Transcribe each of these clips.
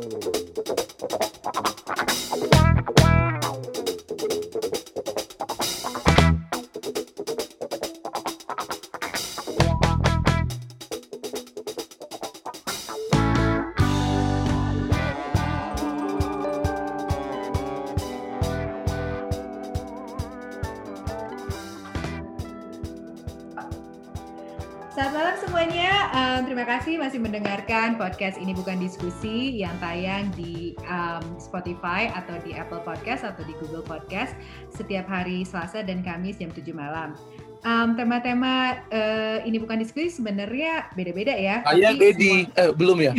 Selamat malam semuanya, terima kasih masih mendengarkan podcast Ini Bukan Diskusi yang tayang di Spotify atau di Apple Podcast atau di Google Podcast setiap hari Selasa dan Kamis jam 7 malam. Tema-tema Ini Bukan Diskusi sebenarnya beda-beda ya. Saya Dedi, belum ya?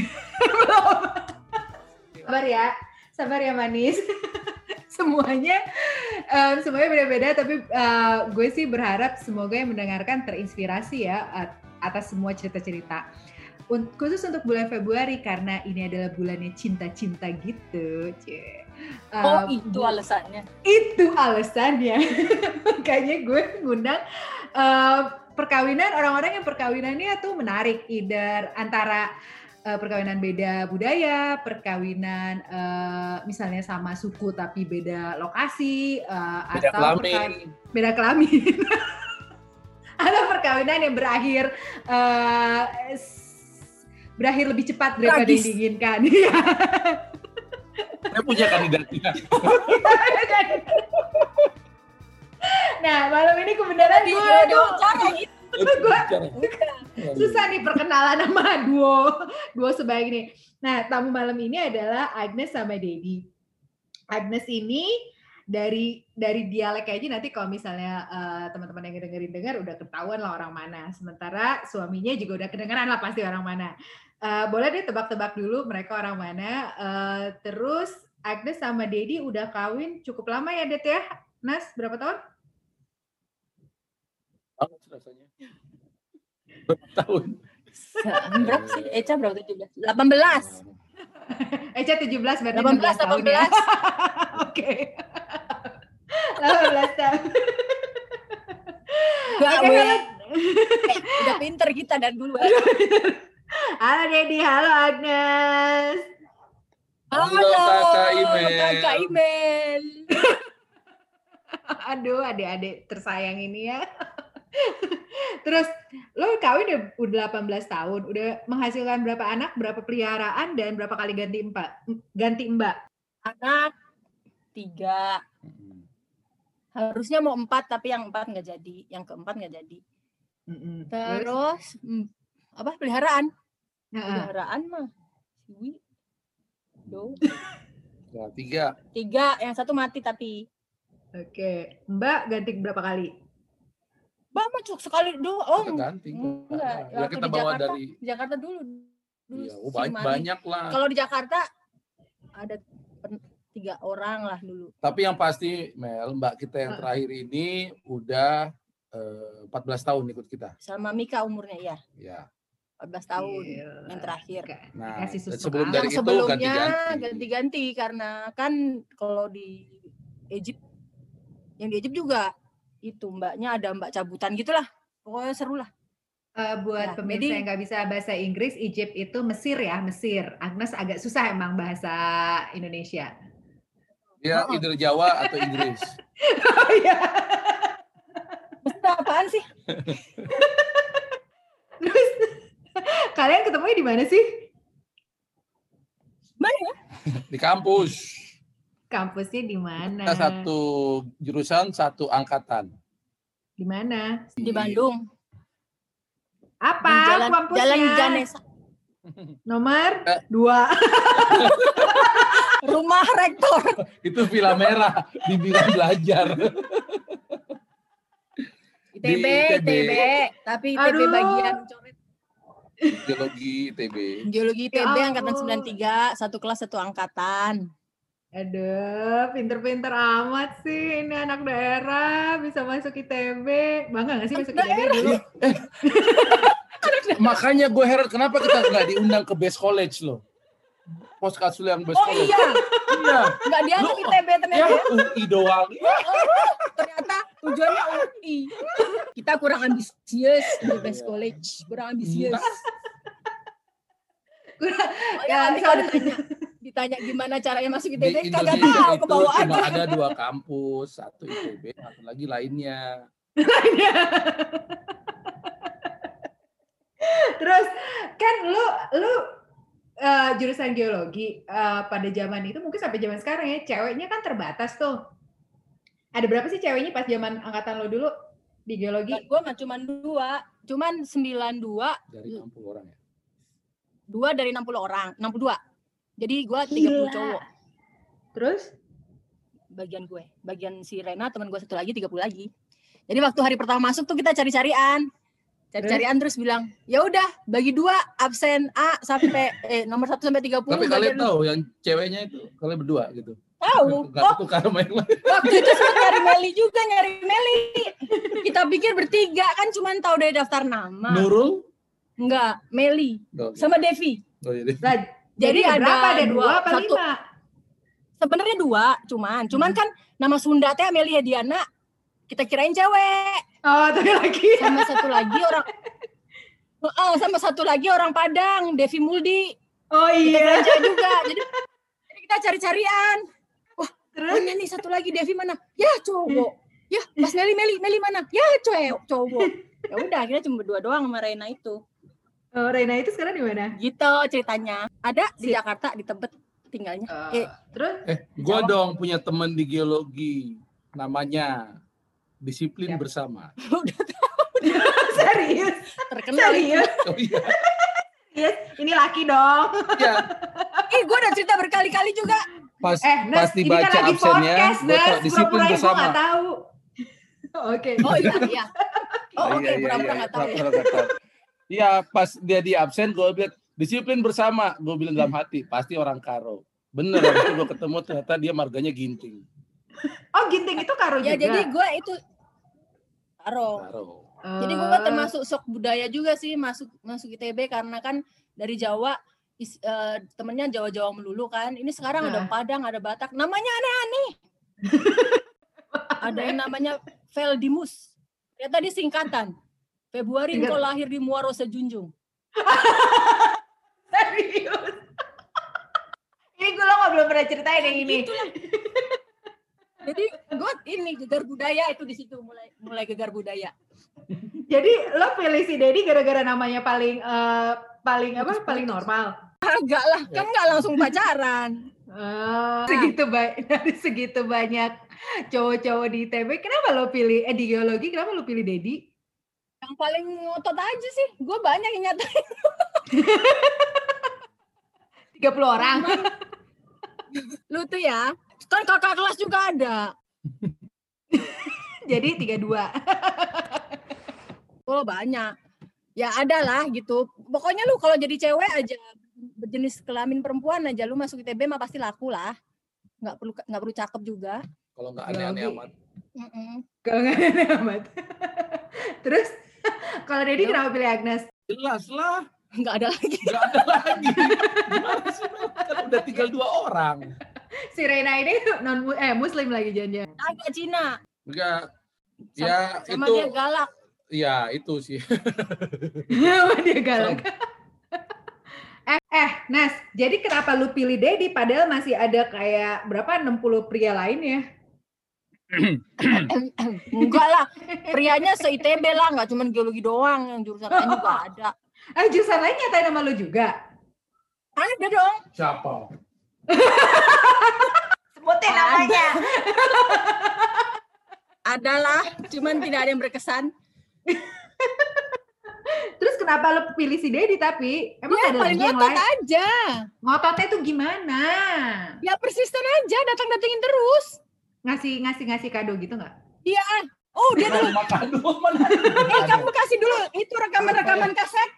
Belum. Sabar ya manis. Semuanya beda-beda, tapi gue sih berharap semoga yang mendengarkan terinspirasi ya atas semua cerita-cerita. Khusus untuk bulan Februari karena ini adalah bulannya cinta-cinta gitu. Itu alasannya. Itu alasannya. Makanya gue ngundang perkawinan, orang-orang yang perkawinannya tuh menarik, either antara perkawinan beda budaya, perkawinan misalnya sama suku tapi beda lokasi, beda atau beda kelamin. Atau perkawinan yang berakhir lebih cepat daripada yang diinginkan. Saya punya kandidatnya. Nah, malam ini kebenaran gue susah nih perkenalan sama duo sebaik ini. Nah, tamu malam ini adalah Agnes sama Dedi. Agnes ini dari dialek aja nanti kalau misalnya teman-teman yang dengar udah ketahuan lah orang mana. Sementara suaminya juga udah kedengeran lah pasti orang mana. Boleh deh tebak-tebak dulu mereka orang mana. Terus Agnes sama Dedi udah kawin cukup lama ya, Det ya? Nas, berapa tahun? Rasanya. Berapa tahun? Berapa sih? Eca berapa? 17? 18. Eca 17 berarti 18 tahun ya? Oke. 18 tahun. Udah pinter kita dari dulu. Halo Dedi, halo Agnes. Halo Kakak Imel. Aduh, adik-adik tersayang ini ya. Terus lo kawin udah 18 tahun, udah menghasilkan berapa anak, berapa peliharaan, dan berapa kali ganti mbak? Anak 3. Harusnya mau 4 tapi yang 4 nggak jadi, yang keempat nggak jadi. Terus apa peliharaan? Peliharaan mah Siwi. Ya, 3, yang 1 mati tapi. Oke, mbak ganti berapa kali? Mbak mah cuma sekali doang. Ganti. Enggak, Ya kita bawa dari Jakarta dulu. Iya, banyak lah. Kalau di Jakarta ada 3 orang lah dulu. Tapi yang pasti Mel, mbak kita yang terakhir ini udah 14 tahun ikut kita. Sama Mika umurnya ya. Ya. 14 tahun yang terakhir. Nah, sebelum dari itu ganti-ganti karena kan kalau di Egypt, yang di Egypt juga itu mbaknya ada mbak cabutan gitulah. Pokoknya seru lah. Buat pemirsa yang nggak bisa bahasa Inggris, Egypt itu Mesir ya, Mesir. Agnes agak susah emang bahasa Indonesia. Ya, either Jawa atau Inggris. Oh iya. Mesir apaan sih? Terus kalian ketemunya di mana sih? Mana? Di kampus. Kampusnya di mana? Kita satu jurusan, satu angkatan. Di mana? Di Bandung. Apa kampusnya? Jalan Ganesa. Nomor 2. Rumah rektor. Itu Villa Merah di Bidang Belajar. ITB. Tapi ITB bagian coret. Geologi ITB angkatan 93, satu kelas satu angkatan. Aduh, pinter-pinter amat sih ini anak daerah bisa masuk ITB. Bangga nggak sih masuk ITB dulu? Makanya gue heran kenapa kita nggak diundang ke Best College loh. Postcard yang Best College. Iya. Nggak dianggap ITB ternyata. Ya, UI doang. Ternyata tujuannya UI. Kita kurang ambisius di Best College. Kurang ambisius. Nanti kalau ditanya gimana caranya masuk Di ITB, kagak Indonesia tahu, itu ke bawah cuma aja. ada 2 kampus, satu ITB, satu lagi lainnya. Terus kan lu jurusan geologi pada zaman itu mungkin sampai zaman sekarang ya, ceweknya kan terbatas tuh. Ada berapa sih ceweknya pas zaman angkatan lo dulu di geologi? Gue mah cuman 2, cuman 92 Dari 60 orang ya. 2 dari 60 orang, 62. Jadi gue 30 cowok. Terus Bagian si Rena teman gue satu lagi 30 lagi. Jadi waktu hari pertama masuk tuh kita cari-carian terus bilang, ya udah bagi 2 absen A sampai nomor 1 sampai 30. Tapi kalian tahu yang ceweknya itu kalian berdua gitu. Tahu. Tukar sama yang lain. Waktu itu sempat nyari Meli. Kita pikir bertiga kan cuman tahu dari daftar nama. Nurul? Enggak, Meli sama Devi. Oh, iya. Jadi ada 2 apa 5? Sebenarnya 2, cuman kan nama Sunda teh Amelia Diana. Kita kirain cewek. Oh, tapi lagi. Sama satu lagi orang Padang, Devi Muldi. Oh iya. Kita juga. Jadi kita cari-carian. Wah, mana nih satu lagi Devi mana? Ya cowok. Ya, Mas Meli mana? Ya cowok. Ya udah, akhirnya cuma berdua doang sama Reina itu. Oh, Reina itu sekarang di mana? Gitu ceritanya. Ada di Jakarta, di Tebet tinggalnya. Terus? Gua dong punya teman di geologi, namanya Disiplin Bersama. Udah tahu. Serius? Terkenal. Serius? Oh iya. Yes, ini laki dong. Iya. Gue udah cerita berkali-kali juga. Pas Nas, dibaca ini kan lagi absennya, podcast, gua tahu Nas. Disiplin Pura-pura Bersama. Gue nggak tahu. Oke. Oh iya. Oke, pura-pura nggak tahu. Iya, pas dia di absen, gue bilang Disiplin Bersama. Gue bilang dalam hati, pasti orang Karo. Bener, waktu gue ketemu ternyata dia marganya Ginting. Oh, Ginting itu Karo juga? Ya, jadi gue itu Karo. Jadi gue termasuk sok budaya juga sih masuk ITB karena kan dari Jawa temennya Jawa-Jawa melulu kan. Ini sekarang ada Padang, ada Batak. Namanya aneh-aneh. Ada yang namanya Veldimus. Ya tadi singkatan. Februari engkau lahir di Muaro Sejunjung. Serius? Ini gue lo belum pernah ceritain yang ini. Itulah. Jadi gue ini gegar budaya itu di situ mulai gegar budaya. Jadi lo pilih si Dedi gara-gara namanya paling paling normal. Agak lah, kan nggak langsung pacaran. Segitu banyak cowok-cowok di ITB, kenapa lo pilih di geologi? Kenapa lo pilih Dedi? Yang paling ngotot aja sih, gue banyak yang nyatain. 30 orang. Lu tuh ya, kan kakak kelas juga ada. Jadi 32. Oh banyak. Ya ada lah gitu. Pokoknya lu kalau jadi cewek aja, berjenis kelamin perempuan aja, lu masuk ITB mah pasti laku lah. Nggak perlu cakep juga. Kalau nggak aneh-aneh amat. Kalau nggak aneh amat. Terus, kalau Dedi kenapa pilih Agnes? Jelas lah. Nggak ada lagi. Gimana sih? Kan udah tinggal 2 orang. Si Reina ini Muslim lagi janjian. Agak Cina. Enggak. Ya sama itu. Dia galak. Iya itu sih. Dia galak. Nas, jadi kenapa lu pilih Dedi padahal masih ada kayak berapa 60 pria lain ya? Enggak lah, prianya se-ITB lah, nggak cuma geologi doang, yang jurusan lain juga ada. Jurusan lain nyatain nama lu juga? Ada dong. Siapa? Sebutin namanya. Adalah, cuman tidak ada yang berkesan. Terus kenapa lo pilih si Dedi tapi? Emang ya, ada paling lagi yang ngotot lain? aja. Ngototnya tuh gimana? Ya persisten aja, datang-datangin terus. Ngasih kado gitu nggak? Iya. Oh, dia dulu. Kamu kasih dulu itu rekaman kaset.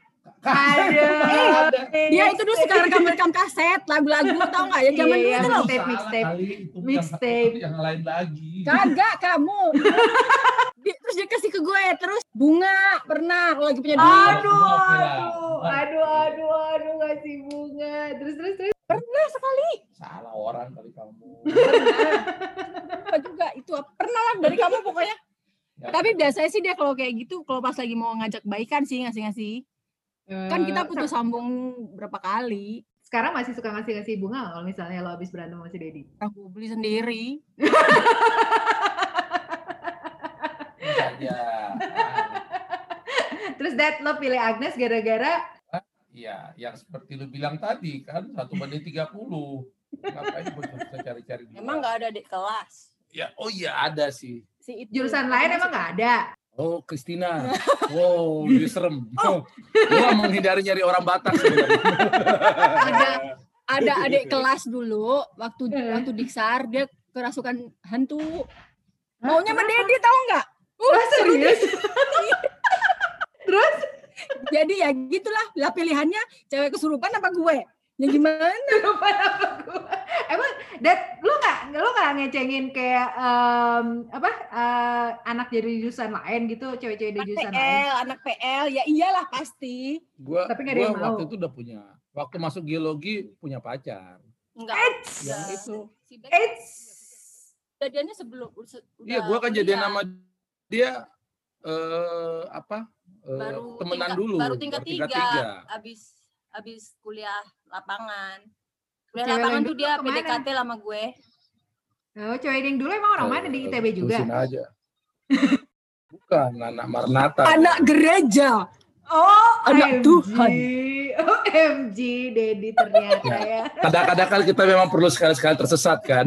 Dia itu dulu suka rekam kaset lagu-lagu, tau nggak ya zaman dulu itu loh. Mixtape. Yang lain lagi. Kagak kamu. Terus dia kasih ke gue, terus bunga pernah kalau lagi punya duit. Aduh, ngasih bunga. Terus. Pernah sekali. Salah orang kali kamu. Apa juga itu pernah lah dari kamu pokoknya. Ya. Tapi biasanya sih dia kalau kayak gitu, kalau pas lagi mau ngajak baikan sih ngasih-ngasih. Kan kita putus sambung berapa kali. Sekarang masih suka ngasih bunga nggak kalau misalnya lo habis berantem sama si Dedi? Aku beli sendiri. Ya. Terus Dad, lo pilih Agnes gara-gara? Iya, yang seperti lu bilang tadi kan 1:30. Ngapain gue susah cari-cari dia? Emang nggak ada adik kelas? Ya, oh iya ada sih. Si itu. Jurusan lain emang nggak ada? Oh, Christina. Wow, dia serem. Gua menghindari nyari orang Batak sebenarnya. Ada adik kelas dulu waktu Diksar, dia kerasukan hantu. Maunya sama Dedi, tahu nggak? Serius? Terus? Jadi ya gitulah, lah pilihannya cewek kesurupan apa gue? Ya gimana? Kesurupan apa gue? Emang Dad, lu nggak ngecengin kayak anak dari jurusan lain gitu, cewek-cewek dari jurusan lain? Anak PL, ya iyalah pasti. Tapi nggak ada yang mau. Waktu itu udah punya. Waktu masuk geologi punya pacar. Enggak. Yang itu. Jadiannya sebelum Iya, gua kan jadian sama dia temenan dulu. Baru tingkat 3. Abis kuliah lapangan. Kuliah lapangan tuh dia PDKT sama gue. Oh, cewek yang dulu emang orang mana di ITB juga? Terusin aja. Bukan, anak Maranatha. Anak gereja. Oh, anak Tuhan. OMG, Dedi ternyata ya. Kadang-kadang kan kita memang perlu sekali-sekali tersesat kan.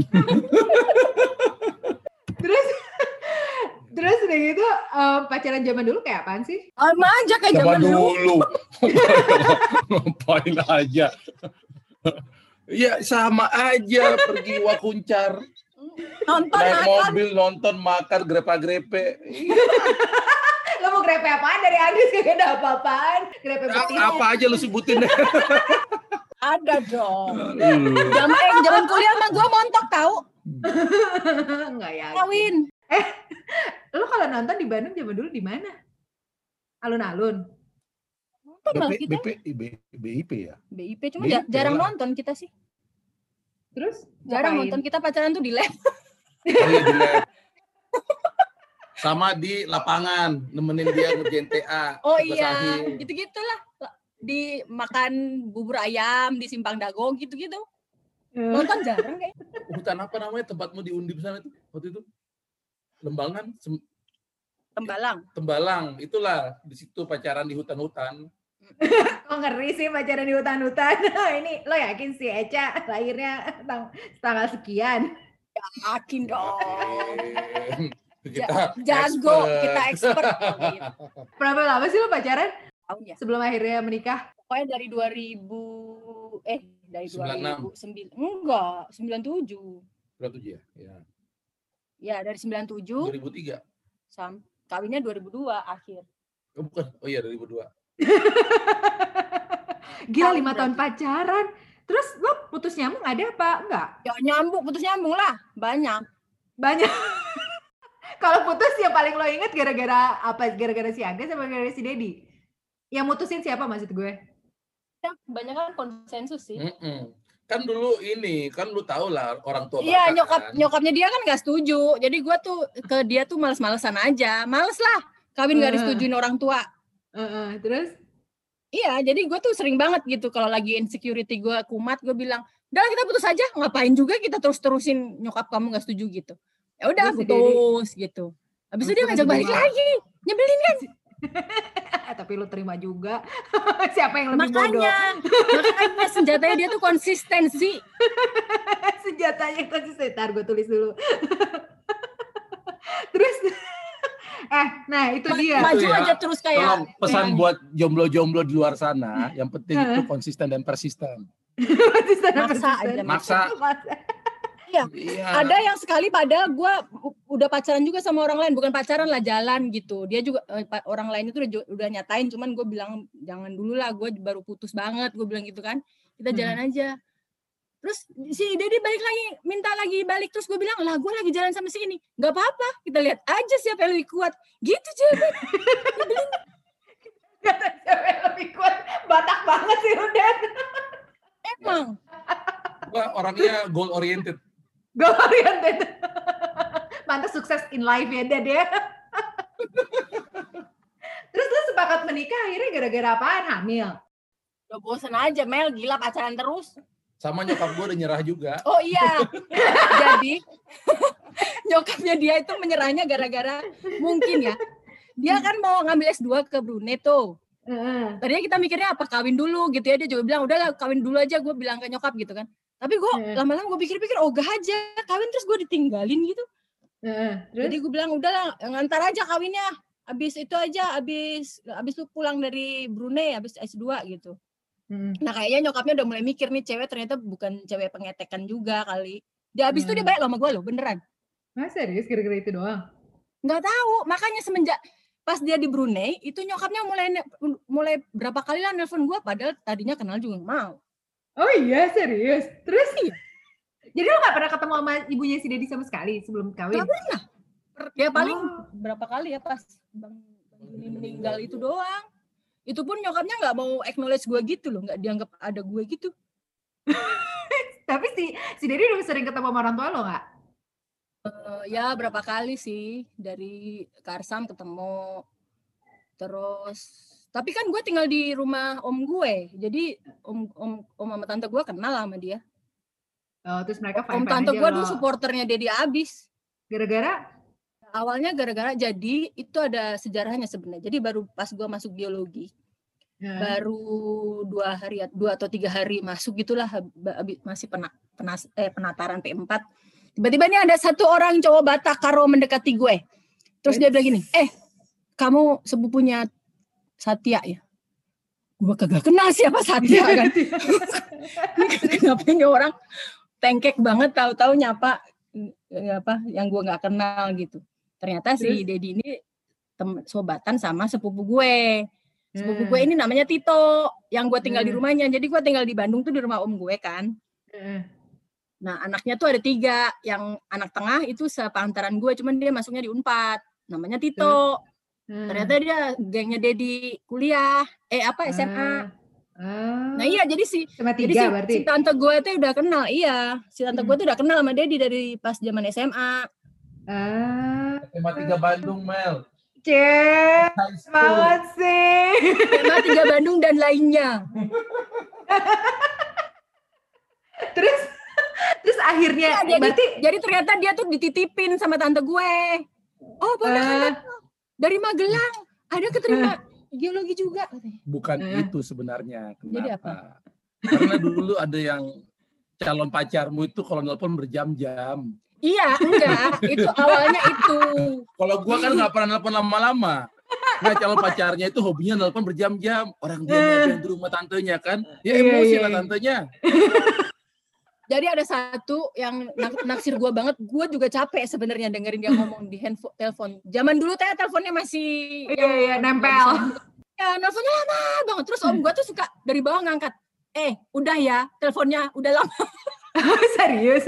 Terus udah gitu pacaran zaman dulu kayak apaan sih? Sama aja kayak zaman dulu. Ngapain aja. Ya sama aja, pergi wakuncar. Nonton naik makan. Mobil, nonton, makan, grepe-grepe. Lo mau grepe apaan dari Andis? Gak ada apa-apaan. Grepe betina. Apa aja lo sebutin deh. Ada dong. Zaman kuliah mah gue montok tahu. Enggak ya. Kawin. Lo kalau nonton di Bandung zaman dulu di mana? Alun-alun. Nonton malah kita. BIP ya? BIP cuma jarang nonton kita sih. Terus? Jarang nonton, kita pacaran tuh di lab. Oh iya di lab. Sama di lapangan, nemenin dia ngerjain TA. Oh iya, gitu-gitulah. Di makan bubur ayam, di Simpang Dago, gitu-gitu. Nonton jarang kayak. Hutan apa namanya tempatmu di Undip sana itu waktu itu? Lembangan? Tembalang, itulah di situ pacaran di hutan-hutan. Kok ngeri sih pacaran di hutan-hutan? Ini lo yakin sih Eca lahirnya tanggal sekian? Yakin dong. Kita expert. Berapa lama sih lo pacaran? Tahun ya. Sebelum akhirnya menikah? Pokoknya dari 2009. Enggak, 97. 97 ya? Ya. Ya, dari 97. 2003. Kawinnya 2002 akhir. Oh bukan. Oh iya 2002. Gila 5 tahun pacaran. Terus lo putus nyambung ada apa? Enggak? Ya nyambung, putus nyambung lah. Banyak. Kalau putus yang paling lo inget gara-gara apa? Gara-gara si Agnes atau gara-gara si Dedi? Yang mutusin siapa maksud gue? Ya, kebanyakan konsensus sih. Kan dulu ini, kan lu tau lah orang tua Iya, kan. nyokapnya dia kan gak setuju. Jadi gue tuh ke dia tuh males-malesan aja. Males lah, kawin gak disetujuin orang tua. Terus? Iya, jadi gue tuh sering banget gitu. Kalau lagi insecurity gue kumat, gue bilang, udah kita putus aja. Ngapain juga kita terus-terusin nyokap kamu gak setuju gitu. Ya udah putus gitu. Habis itu dia ngajak balik lagi. Nyebelin kan? Tapi lu terima juga. Siapa yang lebih bodoh? Makanya senjatanya dia tuh konsistensi. Senjatanya konsisten. Ntar gue tulis dulu. Terus nah itu dia. Maju aja terus kayak. Tolong pesan buat jomblo-jomblo di luar sana, yang penting itu konsisten dan persisten. Maksa. Iya. Ada yang sekali padahal gue udah pacaran juga sama orang lain, bukan pacaran lah, jalan gitu. Dia juga orang lain itu udah nyatain, cuman gue bilang jangan dulu lah, gue baru putus banget, gue bilang gitu kan. Kita jalan aja. Terus si Dedi balik lagi, minta lagi balik, terus gue bilang lah gue lagi jalan sama si ini, nggak apa-apa, kita lihat aja siapa yang lebih kuat. Gitu cewek. Kata siapa yang lebih kuat, Batak banget sih udah. Emang. Gue orangnya goal oriented. Goal oriented. Pantas sukses in life ya Dad ya. Terus lu sepakat menikah akhirnya gara-gara apaan? Hamil? Udah bosan aja Mel, gila pacaran terus. Sama nyokap gue udah nyerah juga. Oh iya. Jadi nyokapnya dia itu menyerahnya gara-gara mungkin ya. Dia kan mau ngambil S2 ke Brunei tuh. Tadinya kita mikirnya apa kawin dulu gitu ya. Dia juga bilang udahlah kawin dulu aja, gue bilang ke nyokap gitu kan. Tapi gue lama-lama gue pikir-pikir ogah aja kawin terus gue ditinggalin gitu. Jadi gue bilang udahlah ngantar aja kawinnya. Abis itu aja, abis lu pulang dari Brunei, abis S2 gitu. Nah kayaknya nyokapnya udah mulai mikir nih cewek ternyata bukan cewek pengetekan juga kali. Dia abis itu dia baik sama gue loh, beneran. Mas serius kira-kira itu doang? Nggak tahu, makanya semenjak pas dia di Brunei itu nyokapnya mulai berapa kali lah nelpon gue, padahal tadinya kenal juga nggak mau. Oh iya serius? Terus iya. Jadi lo nggak pernah ketemu sama ibunya si Dedi sama sekali sebelum kawin? Nggak pernah. Ya paling berapa kali ya pas Bang Juni meninggal itu doang. Itu pun nyokapnya nggak mau acknowledge gue gitu loh, nggak dianggap ada gue gitu. Tapi si Dedi udah sering ketemu sama orang tua lo nggak? Ya berapa kali sih, dari Karsam ketemu. Terus tapi kan gue tinggal di rumah om gue, jadi om sama tante gue kenal sama dia. Oh terus mereka om tante gue dulu supporternya Dedi abis. Gara-gara? Awalnya gara-gara, jadi itu ada sejarahnya sebenarnya. Jadi baru pas gue masuk biologi, baru 2 atau 3 hari masuk gitulah, masih penataran P4. Tiba-tiba ini ada satu orang cowok Batak Karo mendekati gue. Terus dia bilang gini, kamu sepupunya Satya ya? Gue kagak kenal siapa Satya kan. Kenapa ini orang tengkek banget tahu-tahu nyapa apa yang gue nggak kenal gitu. Ternyata si Dedi ini sobatan sama sepupu gue. Sepupu gue ini namanya Tito, yang gue tinggal di rumahnya. Jadi gue tinggal di Bandung tuh di rumah om gue kan. Nah anaknya tuh ada 3. Yang anak tengah itu sepantaran gue, cuman dia masuknya di Unpad. Namanya Tito. Ternyata dia gengnya Dedi kuliah. SMA. Nah iya jadi si tante gue tuh udah kenal. Iya, si tante gue tuh udah kenal sama Dedi dari pas zaman SMA. SMA 3 Bandung, Mel. Banget sih. SMA 3 Bandung dan lainnya. Terus akhirnya jadi ternyata dia tuh dititipin sama tante gue. Oh, ponakan dari Magelang, ada keterima geologi juga. Bukan itu sebenarnya. Kenapa? Jadi apa? Karena dulu ada yang calon pacarmu itu kalau nelpon berjam-jam. Iya, enggak. Itu awalnya itu. Kalau gua kan nggak pernah nelpon lama-lama. Nah, calon pacarnya itu hobinya nelpon berjam-jam. Orang dia nelpon di rumah tantenya kan. Ya emosi lah tantenya. Jadi ada satu yang naksir gue banget. Gue juga capek sebenarnya dengerin dia ngomong di telepon. Zaman dulu teleponnya masih nempel. Ya, nelfonnya lama banget. Terus om gue tuh suka dari bawah ngangkat. Udah ya, teleponnya udah lama. Serius?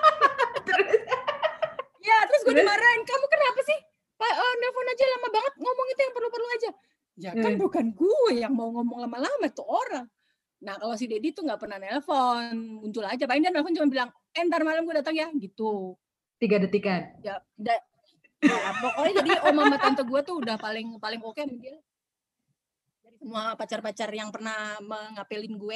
Terus gue dimarahin. Kamu kenapa sih? Nelfon aja lama banget. Ngomong itu yang perlu-perlu aja. Ya kan bukan gue yang mau ngomong lama-lama, itu orang. Nah kalau si Dedi tuh nggak pernah nelpon, muncul aja. Paling dia nelpon cuma bilang, ntar malam gue datang ya, gitu. 3 detikan. Ya, pokoknya jadi om sama tante gue tuh udah paling oke sama dia. Dari semua pacar-pacar yang pernah mengapelin gue.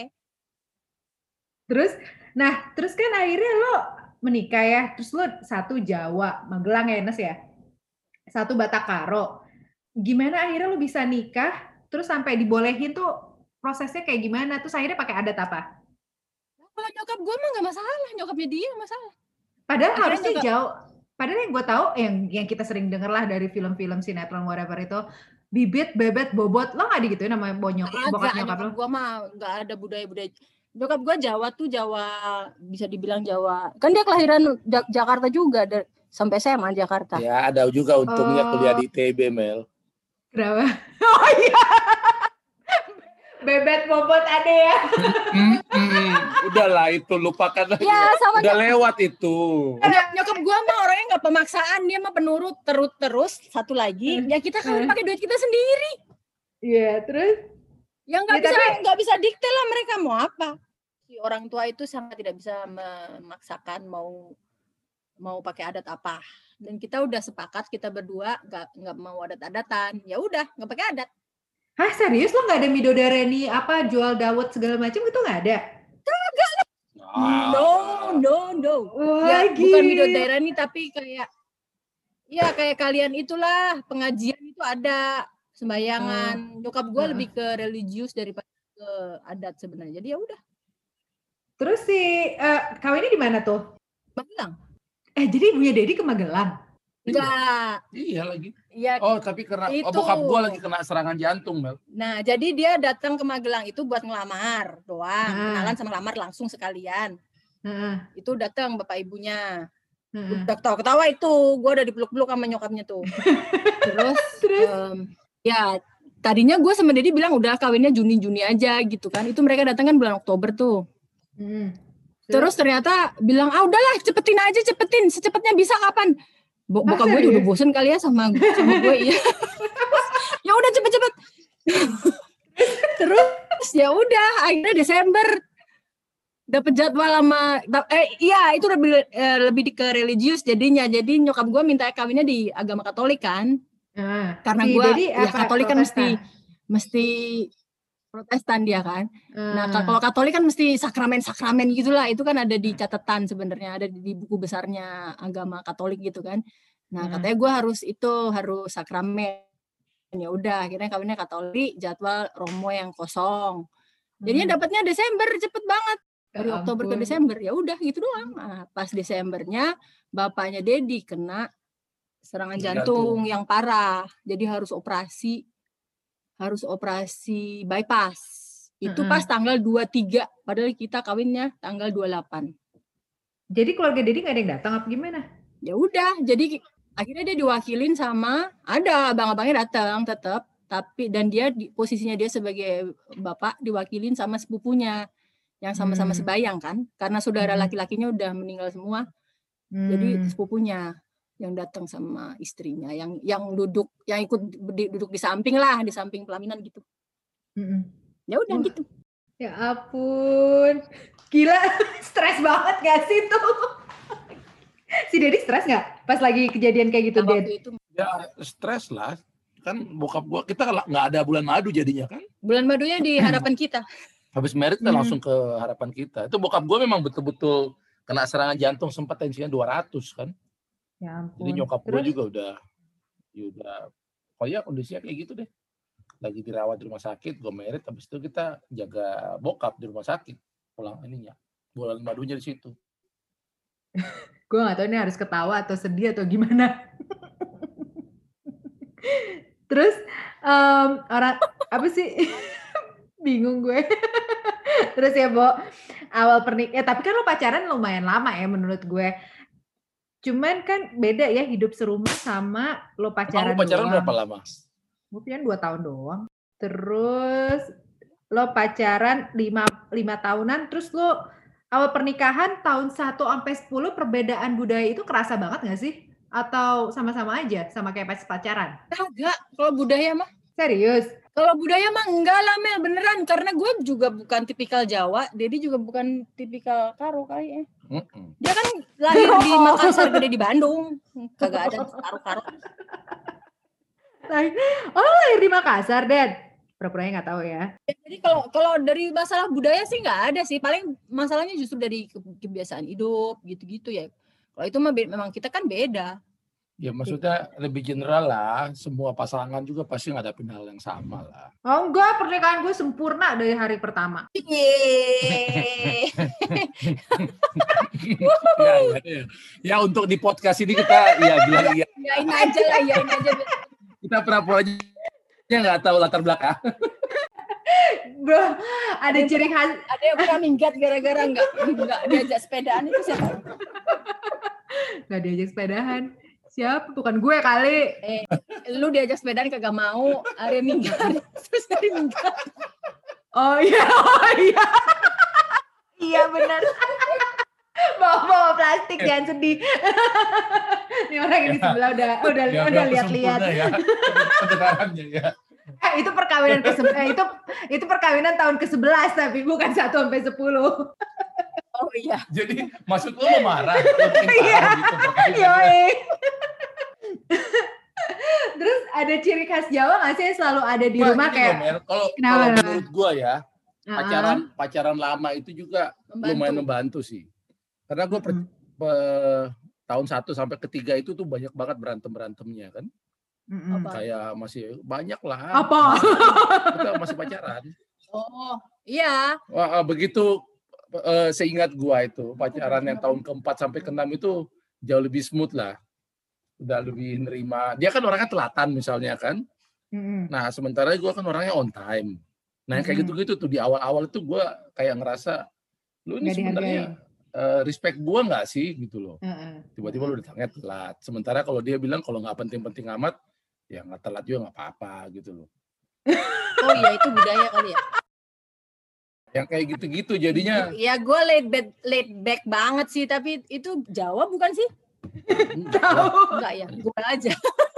Terus kan akhirnya lo menikah ya. Terus lo 1 Jawa, Magelang ya Nes ya. 1 Batak Karo. Gimana akhirnya lo bisa nikah? Terus sampai dibolehin tuh prosesnya kayak gimana? Terus akhirnya pakai adat apa? Kalau nyokap gue mah nggak masalah, nyokapnya dia masalah. Padahal harusnya jauh. Padahal yang gue tahu, yang kita sering denger lah dari film-film sinetron whatever itu, bibit, bebet, bobot, lo nggak digituin nama bokap nyokap lo? Gue mah nggak ada budaya-budaya. Nyokap gue Jawa tuh Jawa, bisa dibilang Jawa. Kan dia kelahiran Jakarta juga, sampai SMA Jakarta. Ya ada juga untungnya kuliah di ITB, Mel. Kenapa? Oh iya. Bebet bobot ada ya. Udahlah itu lupakan aja. Ya, udah lewat itu. Nyokap gue mah orangnya nggak pemaksaan, dia mah penurut terus. Satu lagi, ya kita kawin pakai duit kita sendiri. Iya, terus? Ya nggak bisa dikte lah mereka mau apa. Si orang tua itu sangat tidak bisa memaksakan mau pakai adat apa. Dan kita udah sepakat kita berdua nggak mau adat-adatan. Ya udah nggak pakai adat. Hah, serius lo nggak ada midodareni apa jual dawet segala macam itu nggak ada? No. Wah, Ya bukan midodareni tapi kayak kalian itulah, pengajian itu ada, sembayangan. Nyokap gue lebih ke religius daripada ke adat sebenarnya. Jadi ya udah. Terus si kawinnya di mana tuh? Magelang. Jadi ibunya Dedi ke Magelang? Enggak. Iya lagi. Iya. Oh, tapi karena bokap gue lagi kena serangan jantung, Mel. Nah, jadi dia datang ke Magelang itu buat ngelamar doang, kenalan sama lamar langsung sekalian. Itu datang bapak ibunya. Udah ketawa-ketawa itu, gue udah dipeluk-peluk sama nyokapnya tuh. Terus ya tadinya gue sama Dedi bilang udah kawinnya Juni aja gitu kan. Itu mereka datang kan bulan Oktober tuh. Terus ternyata bilang udahlah cepetin secepatnya bisa kapan. Bokap gue udah bosen kali ya sama gue. Iya. Ya udah cepet. Terus ya udah akhirnya Desember dapet jadwal sama itu lebih ke religius jadinya. Jadi nyokap gue minta kawinnya di agama Katolik kan. Karena gue Katolik kan mesti Protestan dia kan. Nah, kalau Katolik kan mesti sakramen gitulah. Itu kan ada di catatan sebenarnya, ada di buku besarnya agama Katolik gitu kan. Nah, katanya gue harus sakramen. Ya udah, akhirnya kawinnya Katolik, jadwal Romo yang kosong. Jadinya dapatnya Desember, cepet banget. Dari Oktober ke Desember, ya udah gitu doang. Nah, pas Desembernya bapaknya Dedi kena serangan jantung yang parah. Jadi harus operasi bypass. Itu pas tanggal 23, padahal kita kawinnya tanggal 28. Jadi keluarga Dedi nggak ada yang datang apa gimana? Ya udah, jadi akhirnya dia diwakilin sama ada abang-abangnya datang tetap, tapi dan dia posisinya dia sebagai bapak diwakilin sama sepupunya yang sama-sama sebayang kan, karena saudara laki-lakinya udah meninggal semua. Jadi sepupunya yang datang sama istrinya, yang ikut duduk di samping pelaminan gitu. Ya udah gitu. Ya ampun, gila, stres banget gak sih tuh? Si Dedi stres nggak pas lagi kejadian kayak gitu, Ded? Ya stres lah, kan bokap gua, kita nggak ada bulan madu jadinya kan? Bulan madunya di harapan kita. Habis merit kita langsung ke harapan kita. Itu bokap gua memang betul-betul kena serangan jantung, sempat tensinya 200 kan? Ya ampun. Jadi nyokap gue juga udah pokoknya kondisinya kayak gitu deh. Lagi dirawat di rumah sakit, gue merit, habis itu kita jaga bokap di rumah sakit. Pulang bulan madunya di situ. Gue nggak tahu ini harus ketawa atau sedih atau gimana. Terus orang apa sih? Bingung gue. Terus ya, Bo, awal pernikahan, tapi kan lo pacaran lumayan lama ya menurut gue. Cuman kan beda ya hidup serumah sama lo pacaran doang. Lo pacaran berapa lama? Gue pacaran 2 tahun doang. Terus lo pacaran 5 tahunan, terus lo awal pernikahan tahun 1 sampai 10 perbedaan budaya itu kerasa banget gak sih? Atau sama-sama aja sama kayak pas pacaran? Kagak, kalau budaya mah. Serius? Kalau budaya mah enggak lah Mel, beneran. Karena gue juga bukan tipikal Jawa, Dedi juga bukan tipikal Karo kali ya. Dia kan lahir di Makassar, gede di Bandung. Kagak ada Karo-Karo. Oh, lahir di Makassar, Dad? Pura-puranya nggak tahu ya. Jadi kalau dari masalah budaya sih nggak ada sih. Paling masalahnya justru dari kebiasaan hidup gitu-gitu ya. Kalau itu mah memang kita kan beda. Ya maksudnya lebih general lah, semua pasangan juga pasti ngadapin hal yang sama lah. Oh enggak, pernikahan gue sempurna dari hari pertama. Ya untuk di podcast ini kita bilang iya. Yain aja. Kita pura-pura aja nggak tahu latar belakang. Bro, ada ciri khas. Ada yang pernah minggat gara-gara nggak diajak sepedaan itu siapa? Nggak diajak sepedahan. Siapa? Bukan gue kali. Lu diajak sepedaan kagak mau, Arya minggat. Terus dari minggat. Oh iya. Iya benar. Bawa plastik, jangan sedih. Ini orang yang di sebelah udah lihat-lihat. Ya. Itu perkawinan itu perkawinan tahun ke-11 tapi bukan 1 sampai 10. Oh iya. Jadi maksud lu mau marah? Iya. Yoi. Terus ada ciri khas Jawa nggak sih yang selalu ada di Wah, ini kayak? Kalau menurut gua ya, pacaran lama itu juga lumayan membantu sih. Karena gua tahun 1 sampai ke 3 itu tuh banyak banget berantemnya kan. Kayak masih banyak lah. Apa? Kita masih pacaran. Oh, iya. Wah, begitu seingat gua itu pacaran yang tahun ke-4 sampai ke-6 itu jauh lebih smooth lah. Udah lebih nerima. Dia kan orangnya telatan misalnya kan. Nah, sementara gua kan orangnya on time. Nah, kayak gitu-gitu tuh di awal-awal itu gua kayak ngerasa lu ini sebenarnya respect gua nggak sih gitu loh. Tiba-tiba lu datangnya telat. Sementara kalau dia bilang kalau nggak penting-penting amat, ya nggak telat juga nggak apa-apa gitu loh. Oh iya, itu budaya kali ya. Yang kayak gitu-gitu jadinya. Ya gue laid back banget sih, tapi itu Jawa bukan sih? Enggak ya, gue aja.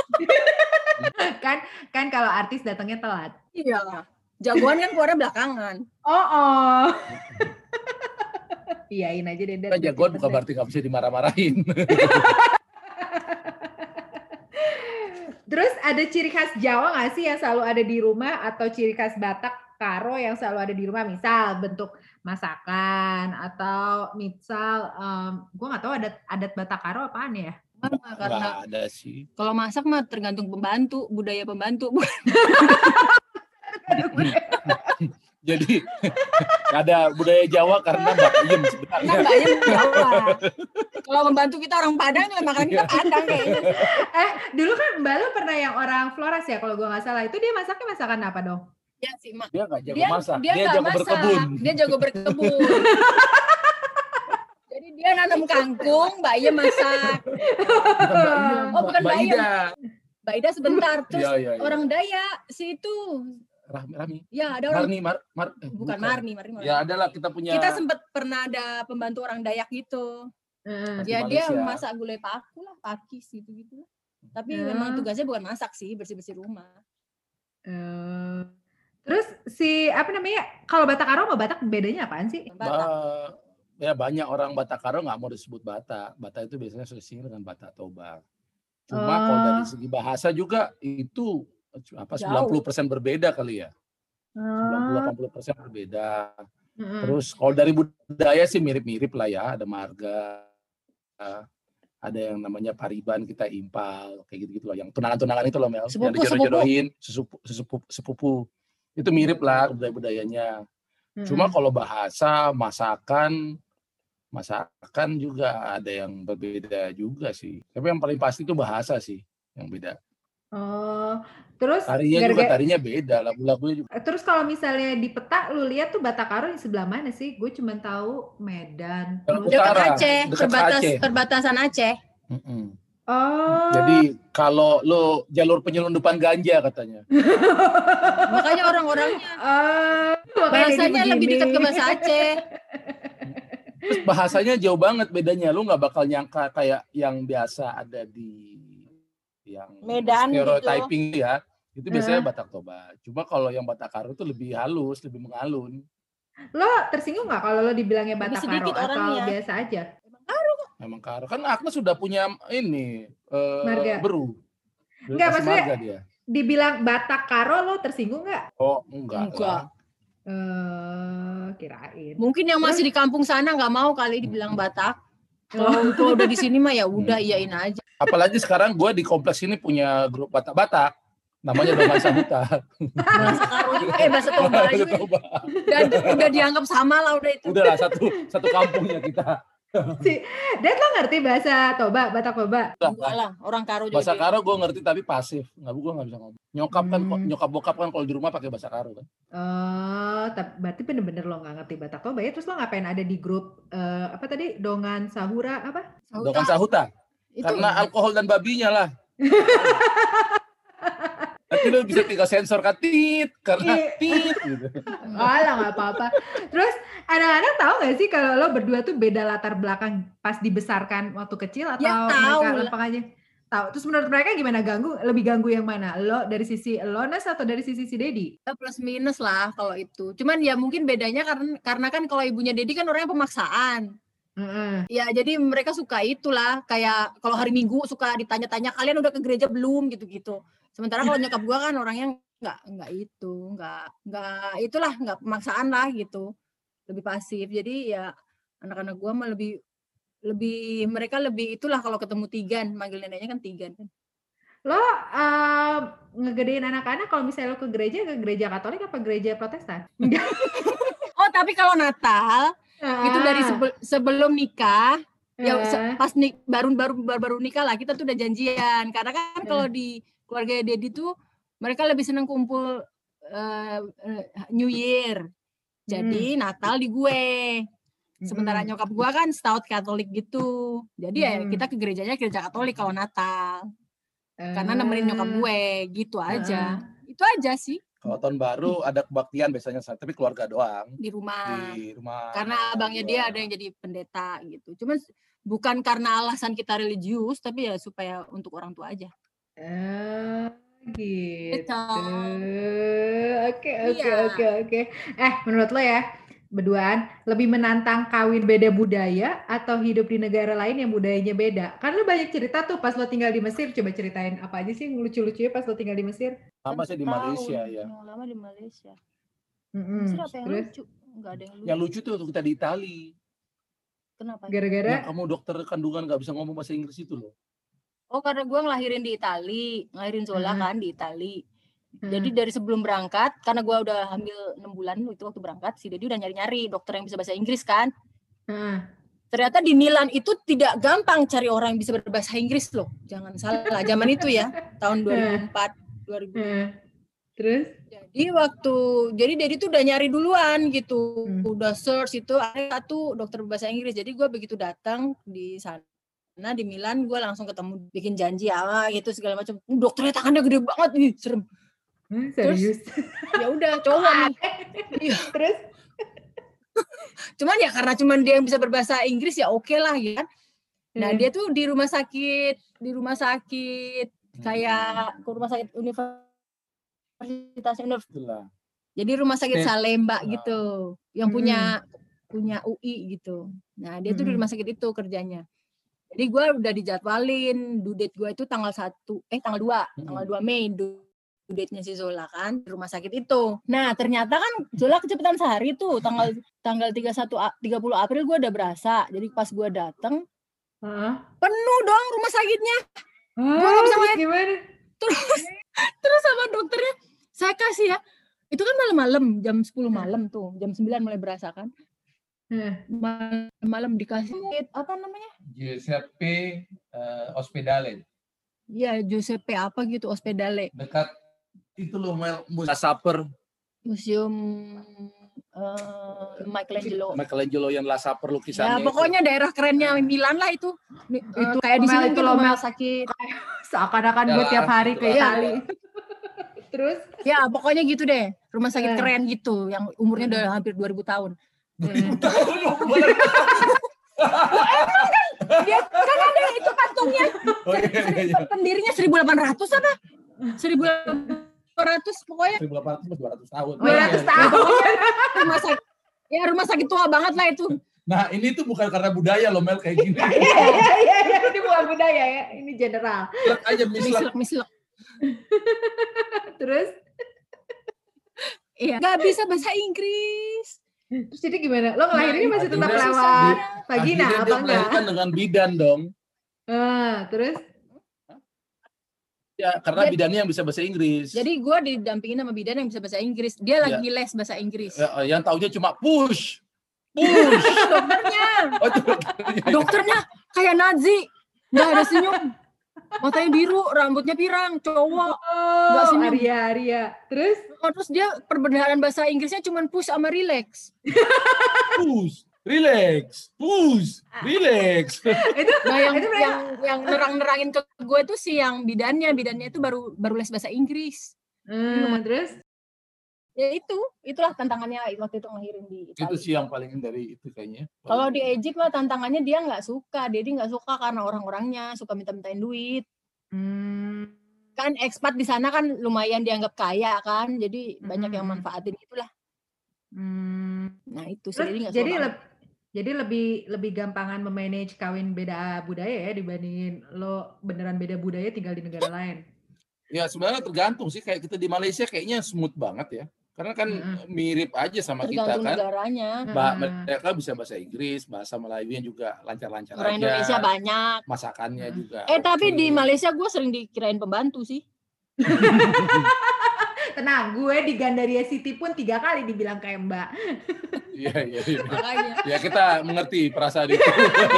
kan kalau artis datangnya telat. Iya. Jagoan kan keluarnya belakangan. Oh. Iyain aja deh. Kan jagoan bukan berarti nggak bisa dimarah-marahin. Terus ada ciri khas Jawa nggak sih yang selalu ada di rumah atau ciri khas Batak Karo yang selalu ada di rumah? Misal bentuk masakan atau misal gue nggak tahu adat Batak Karo apaan ya? Karena ada sih. Kalau masak mah tergantung pembantu, budaya pembantu. Jadi ada budaya Jawa karena Mbak Iem sebenarnya. Mbak Iem Jawa. Kalau membantu kita orang Padang, makanan kita Padang kayaknya. Dulu kan Mbak lu pernah yang orang Flores ya kalau gue nggak salah. Itu dia masaknya masakan apa dong? Ya sih, Mak. Dia nggak jago masak, dia jago masak. berkebun. Dia jago berkebun. Jadi dia nanam kangkung, Mbak Iem masak. Bukan Mbak Ida. Mbak Ida sebentar, terus ya. orang Dayak si itu. Rami. Ya, ada orang bukan Marni. Ya, adalah kita punya. Kita sempat pernah ada pembantu orang Dayak gitu. Ya dia masak gulai paku lah, pakis gitu-gitu. Tapi memang tugasnya bukan masak sih, bersih-bersih rumah. Terus si apa namanya? Kalau Batak Karo sama Batak bedanya apaan sih? Ya banyak orang Batak Karo nggak mau disebut Batak. Batak itu biasanya sering dengan Batak Toba. Cuma kalau dari segi bahasa juga itu 90% berbeda kali ya. 90-80% berbeda. Terus kalau dari budaya sih mirip-mirip lah ya. Ada marga, ada yang namanya pariban, kita impal, kayak gitu-gitu loh. Yang tunangan-tunangan itu loh Mel, yang dijodoh-jodohin, sepupu. Itu mirip lah budaya-budayanya. Cuma kalau bahasa, masakan juga ada yang berbeda juga sih. Tapi yang paling pasti itu bahasa sih yang beda. Terus tarinya beda, lagu-lagunya juga. Terus kalau misalnya di peta lu lihat tuh Batak Karo di sebelah mana sih? Gue cuma tahu Medan. Dekat Aceh, perbatasan Aceh. Jadi kalau lo jalur penyelundupan ganja katanya. Makanya orang-orangnya bahasanya lebih dekat ke bahasa Aceh. Terus bahasanya jauh banget bedanya. Lu nggak bakal nyangka kayak yang biasa ada di yang Medan stereotyping gitu. Ya. Itu biasanya Batak Toba. Cuma kalau yang Batak Karo itu lebih halus, lebih mengalun. Lo tersinggung nggak kalau lo dibilangnya Batak Karo atau biasa aja? Memang Karo. Kan Agnes sudah punya ini Beru. Enggak, maksudnya dia. Dibilang Batak Karo lo tersinggung nggak? Oh, enggak. Kirain. Mungkin yang masih di kampung sana nggak mau kali dibilang Batak. Kalau udah di sini mah ya udah iyain aja. Apalagi sekarang gue di kompleks ini punya grup Batak-Batak. Namanya Dongan Sahuta. Bahasa Karo, bahasa Toba juga. Dan udah dianggap sama lah udah itu. Udah lah satu kampungnya kita. Dad lo ngerti bahasa Toba, Batak Toba? Enggak lah, orang Karo juga. Bahasa Karo gue ngerti tapi pasif. Gue nggak bisa ngomong. Nyokap bokap kan kalau di rumah pakai bahasa Karo kan. Berarti bener-bener lo nggak ngerti Batak Toba ya? Terus lo ngapain ada di grup apa tadi? Dongan Sahura apa? Dongan Sahuta. Karena alkohol dan babinya lah. Nanti lo bisa tinggal sensor kan karena gitu. Alah nggak apa-apa. Terus anak-anak tahu nggak sih kalau lo berdua tuh beda latar belakang pas dibesarkan waktu kecil atau mereka lempeng aja? Tahu. Terus menurut mereka gimana lebih ganggu yang mana? Lo dari sisi lo Nas atau dari sisi si Dedi? Plus minus lah kalau itu. Cuman ya mungkin bedanya karena kan kalau ibunya Dedi kan orangnya pemaksaan. Ya jadi mereka suka itulah, kayak kalau hari Minggu suka ditanya-tanya kalian udah ke gereja belum gitu-gitu. Sementara kalau nyokap gua kan orangnya nggak itulah, nggak pemaksaan lah gitu, lebih pasif. Jadi ya anak-anak gua mah mereka lebih itulah kalau ketemu Tigan, manggil neneknya kan Tigan kan. Lo ngegedein anak-anak kalau misalnya lo ke gereja Katolik apa gereja Protestan? Oh tapi kalau Natal itu dari sebelum nikah, ya pas baru nikah lah kita tuh udah janjian. Karena kan kalau di keluarga Dedi tuh mereka lebih senang kumpul New Year. Jadi Natal di gue. Sementara nyokap gue kan stout Katolik gitu. Jadi ya kita ke gerejanya gereja Katolik kalau Natal. Karena nemenin nyokap gue gitu aja. Itu aja sih. Kalau tahun baru ada kebaktian biasanya, tapi keluarga doang. Di rumah. Karena abangnya dia ada yang jadi pendeta gitu. Cuman bukan karena alasan kita religius, tapi ya supaya untuk orang tua aja. Gitu. Oke. Menurut lo ya, berduaan lebih menantang kawin beda budaya atau hidup di negara lain yang budayanya beda? Kan lo banyak cerita tuh pas lo tinggal di Mesir. Coba ceritain apa aja sih lucu-lucunya pas lo tinggal di Mesir? Lama sih di Malaysia ya. Lama di Malaysia. Mesir apa yang lucu? Enggak ada yang lucu. Yang lucu tuh waktu kita di Itali. Kenapa? Gara-gara kamu dokter kandungan nggak bisa ngomong bahasa Inggris itu loh. Oh, karena gue ngelahirin di Itali, ngelahirin Zola kan di Itali. Jadi dari sebelum berangkat, karena gue udah hamil 6 bulan itu waktu berangkat, si Dedi udah nyari-nyari dokter yang bisa bahasa Inggris kan. Ternyata di Milan itu tidak gampang cari orang yang bisa berbahasa Inggris loh. Jangan salah, zaman itu ya, tahun 2004, 2000. Terus? Jadi Dedi tuh udah nyari duluan gitu, udah search itu ada satu dokter berbahasa Inggris. Jadi gue begitu datang di sana di Milan, gue langsung ketemu, bikin janji gitu segala macam. Dokternya tangannya gede banget nih, serem. Serius? Ya udah cowok nih. Terus? Cuman ya karena dia yang bisa berbahasa Inggris ya oke lah ya. Nah dia tuh di rumah sakit kayak rumah sakit Universitas Jadi rumah sakit Salemba gitu, yang punya UI gitu. Nah dia tuh di rumah sakit itu kerjanya. Jadi gue udah dijadwalin due date gue itu tanggal 2 Mei due date-nya si Zola kan di rumah sakit itu. Nah ternyata kan Zola kecepatan sehari tuh tanggal 30 April gue udah berasa. Jadi pas gue dateng penuh dong rumah sakitnya. Gue gak bisa gimana? Terus sama dokternya saya kasih ya. Itu kan malam-malam jam 10 malam tuh, jam 9 mulai berasa kan. Malam dikasih apa namanya? Giuseppe Ospedale. Iya, Giuseppe apa gitu, Ospedale. Dekat itu loh, Museum Michelangelo yang La Saper lukisannya. Ya, pokoknya itu. Daerah kerennya Milan lah itu. Itu kayak di sini itu rumah sakit. Seakan-akan gue tiap hari ke Itali. Terus? Ya, pokoknya gitu deh. Rumah sakit keren gitu, yang umurnya udah hampir 2000 tahun. Dia kan ada itu patungnya. Pendirinya 1800 apa? 1800 pokoknya. 1800 200 tahun. 200 tahun. Rumah sakit tua banget lah itu. Nah, ini tuh bukan karena budaya loh Mel kayak gini. Iya, ini bukan budaya ya, ini general. Mislek. Terus? Iya, nggak bisa bahasa Inggris. Terus jadi gimana? Lo ngelahirinnya masih tetap lewat vagina apa enggak? Kan dengan bidan dong. Terus? Ya, karena bidannya yang bisa bahasa Inggris. Jadi gue didampingin sama bidan yang bisa bahasa Inggris. Dia lagi les bahasa Inggris. Ya, yang taunya cuma push. Dokternya kayak Nazi. Nggak ada senyum. Matanya biru, rambutnya pirang, cowok. Nggak senyum. Aria. Terus dia perbendaharaan bahasa Inggrisnya cuma push sama relax. Push. Relax. Itu yang nerang-nerangin ke gue tuh sih yang bidannya itu baru les bahasa Inggris. Terus? Ya itulah tantangannya waktu itu ngelahirin di Italia. Itu sih yang paling dari itu kayaknya. Kalau di Egypt mah tantangannya dia nggak suka, karena orang-orangnya suka minta-mintain duit. Kan ekspat di sana kan lumayan dianggap kaya kan, jadi banyak yang manfaatin itulah. Nah itu sih jadi Jadi lebih gampangan memanage kawin beda budaya ya dibandingin lo beneran beda budaya tinggal di negara lain. Ya sebenarnya tergantung sih, kayak kita di Malaysia kayaknya smooth banget ya. Karena kan mirip aja sama tergantung kita kan. negaranya. Mereka bisa bahasa Inggris, bahasa Melayunya juga lancar-lancar Orang aja. Indonesia banyak. Masakannya juga. Tapi di Malaysia gue sering dikirain pembantu sih. Tenang, gue di Gandaria City pun 3 kali dibilang kayak Mbak. Iya. Makanya. Ya kita mengerti perasaan itu.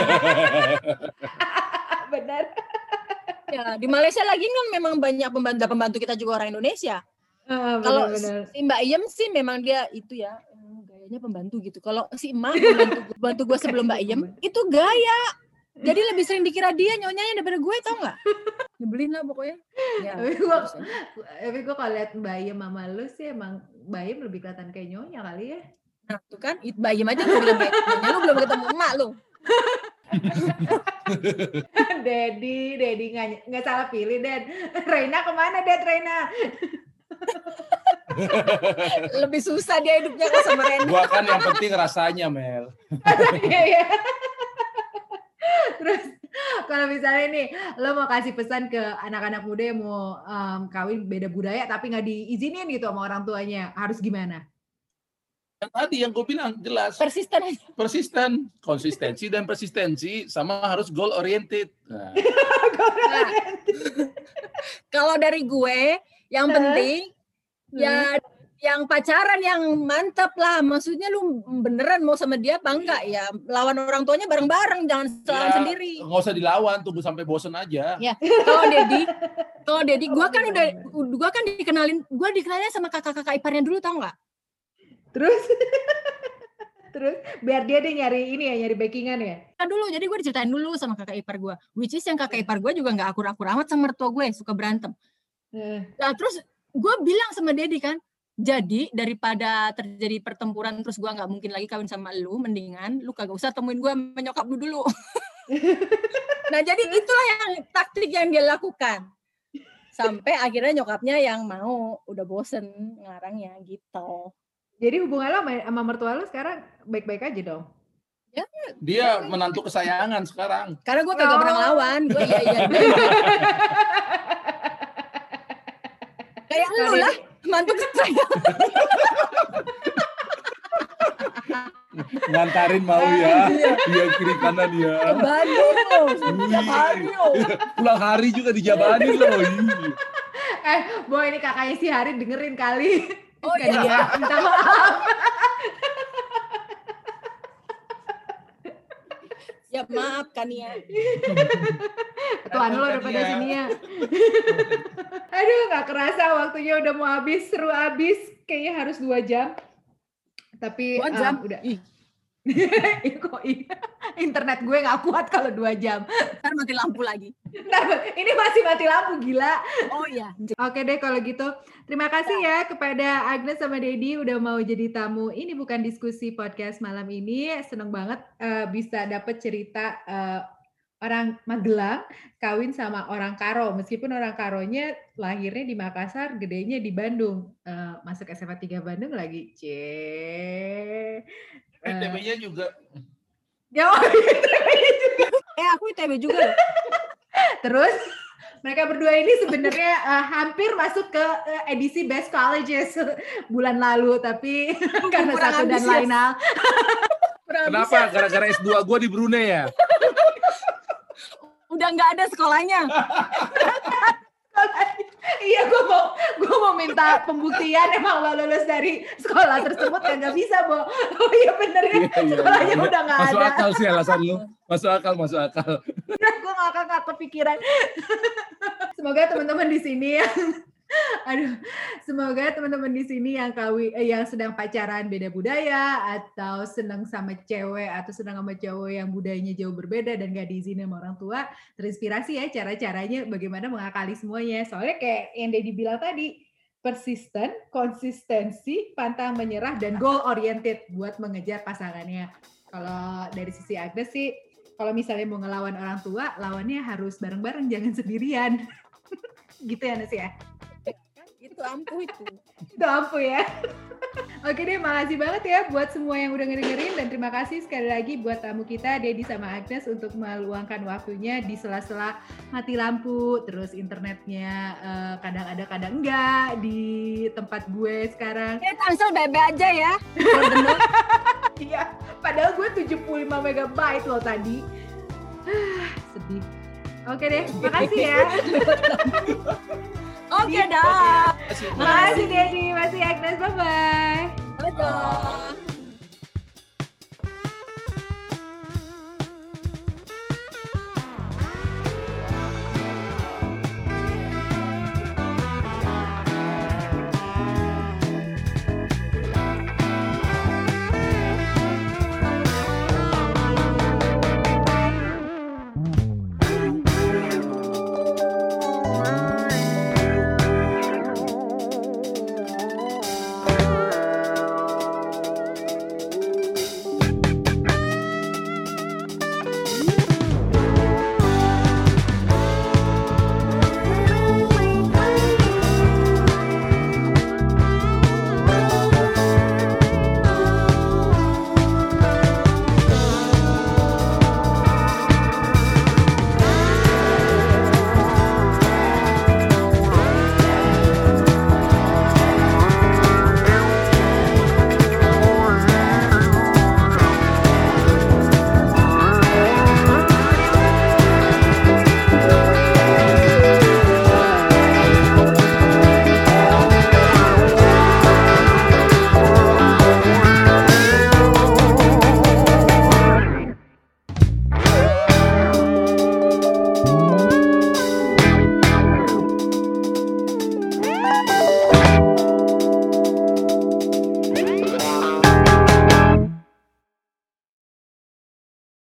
Benar. Ya, di Malaysia lagi kan memang banyak pembantu kita juga orang Indonesia. Kalau si Mbak Iem sih memang dia itu ya gayanya pembantu gitu. Kalau si Emak pembantu gue sebelum Mbak Iem itu gaya. Jadi lebih sering dikira dia nyonyanya daripada gue, tau nggak? Nyebelin lah pokoknya. Ya, tapi gue kalau lihat Mbak Iem sama lu sih emang Mbak Iem lebih kelihatan kayak nyonya kali ya. Nah tuh kan, Mbak Iem aja lu bilang kayak nyonya, lu belum ketemu emak lu. Dedi nggak salah pilih, Dad. Reina kemana, Dad? Reina? Lebih susah dia hidupnya kan sama Reina. Gua kan yang penting rasanya, Mel. Iya. Terus kalau misalnya nih lo mau kasih pesan ke anak-anak muda yang mau kawin beda budaya tapi nggak diizinin gitu sama orang tuanya, harus gimana? Yang tadi yang gue bilang jelas. Persisten, konsistensi dan persistensi, sama harus goal oriented. Nah. Kalau dari gue yang penting ya yang pacaran yang mantap lah, maksudnya lu beneran mau sama dia apa enggak ya, lawan orang tuanya bareng-bareng, jangan lawan sendiri. Nggak usah dilawan, tunggu sampai bosen aja. Ya, kalau Dedi, gue kan dikenalin sama kakak-kakak iparnya dulu, tau nggak? Terus biar dia nyari backingan ya. Kan dulu, jadi gue diceritain dulu sama kakak ipar gue, which is yang kakak ipar gue juga nggak akur-akur amat sama mertua gue, suka berantem. Nah terus gue bilang sama Dedi kan, jadi daripada terjadi pertempuran terus gue nggak mungkin lagi kawin sama lu, mendingan lu kagak usah temuin gue sama nyokap lu dulu. Nah jadi itulah yang taktik yang dia lakukan sampai akhirnya nyokapnya yang mau, udah bosen ngarangnya gitu. Jadi hubungan lo sama mertua lo sekarang baik-baik aja dong? Ya, dia menantu kesayangan sekarang. Karena gue kagak pernah ngelawan, gue iya. Kayak lu lah, mantu kesayangan. Ngantarin mau ya, dia kiri kanan ya. Ke Bandung loh, setiap hari loh. Pulang hari juga dijabanin loh. Boy ini kakaknya si Hari dengerin kali. Oh iya, minta maaf. Ya maaf kan ya. Tuan lo udah pada sini ya. Aduh gak kerasa waktunya udah mau habis, seru habis. Kayaknya harus 2 jam. Tapi 2 jam? Udah. Kok internet gue gak kuat kalau 2 jam. Ntar mati lampu lagi. Ini masih mati lampu, gila. Oh iya. Oke deh kalau gitu. Terima kasih ya kepada Agnes sama Dedi udah mau jadi tamu. Ini bukan diskusi podcast malam ini. Seneng banget bisa dapet cerita orang Magelang kawin sama orang Karo. Meskipun orang Karonya lahirnya di Makassar, gedenya di Bandung. Masuk SMA 3 Bandung lagi. ITB-nya juga. Ya, ITB-nya juga. Aku ITB juga. Terus mereka berdua ini sebenarnya hampir masuk ke edisi Best Colleges bulan lalu, tapi karena satu dan lain hal. Kenapa? Gara-gara S2 gue di Brunei ya? Udah nggak ada sekolahnya. Iya, gue mau minta pembuktian emang lo lulus dari sekolah tersebut, kan nggak bisa, Bo. Oh iya bener ya, sekolahnya udah nggak ada. Masuk akal sih alasan lu. Masuk akal. Gue nggak kepikiran. Semoga teman-teman di sini semoga teman-teman di sini yang sedang pacaran beda budaya atau senang sama cewek atau senang sama cowok yang budayanya jauh berbeda dan gak diizinin sama orang tua, terinspirasi ya cara-caranya bagaimana mengakali semuanya. Soalnya kayak yang Dedi bilang tadi, persisten, konsistensi, pantang menyerah, dan goal oriented buat mengejar pasangannya. Kalau dari sisi Agnes sih, kalau misalnya mau ngelawan orang tua, lawannya harus bareng-bareng, jangan sendirian. Gitu ya, Nes ya? Itu ampuh itu. Itu ampuh ya. Oke deh, makasih banget ya buat semua yang udah ngedengerin, dan terima kasih sekali lagi buat tamu kita Dedi sama Agnes untuk meluangkan waktunya di sela-sela mati lampu, terus internetnya kadang ada kadang enggak di tempat gue sekarang. Ya Tangsel bebe aja ya. Iya, padahal gue 75 megabyte loh tadi. Sedih. Oke deh, makasih ya. Oke dah. Makasih Dedi, masih Agnes, bye-bye. Dadah.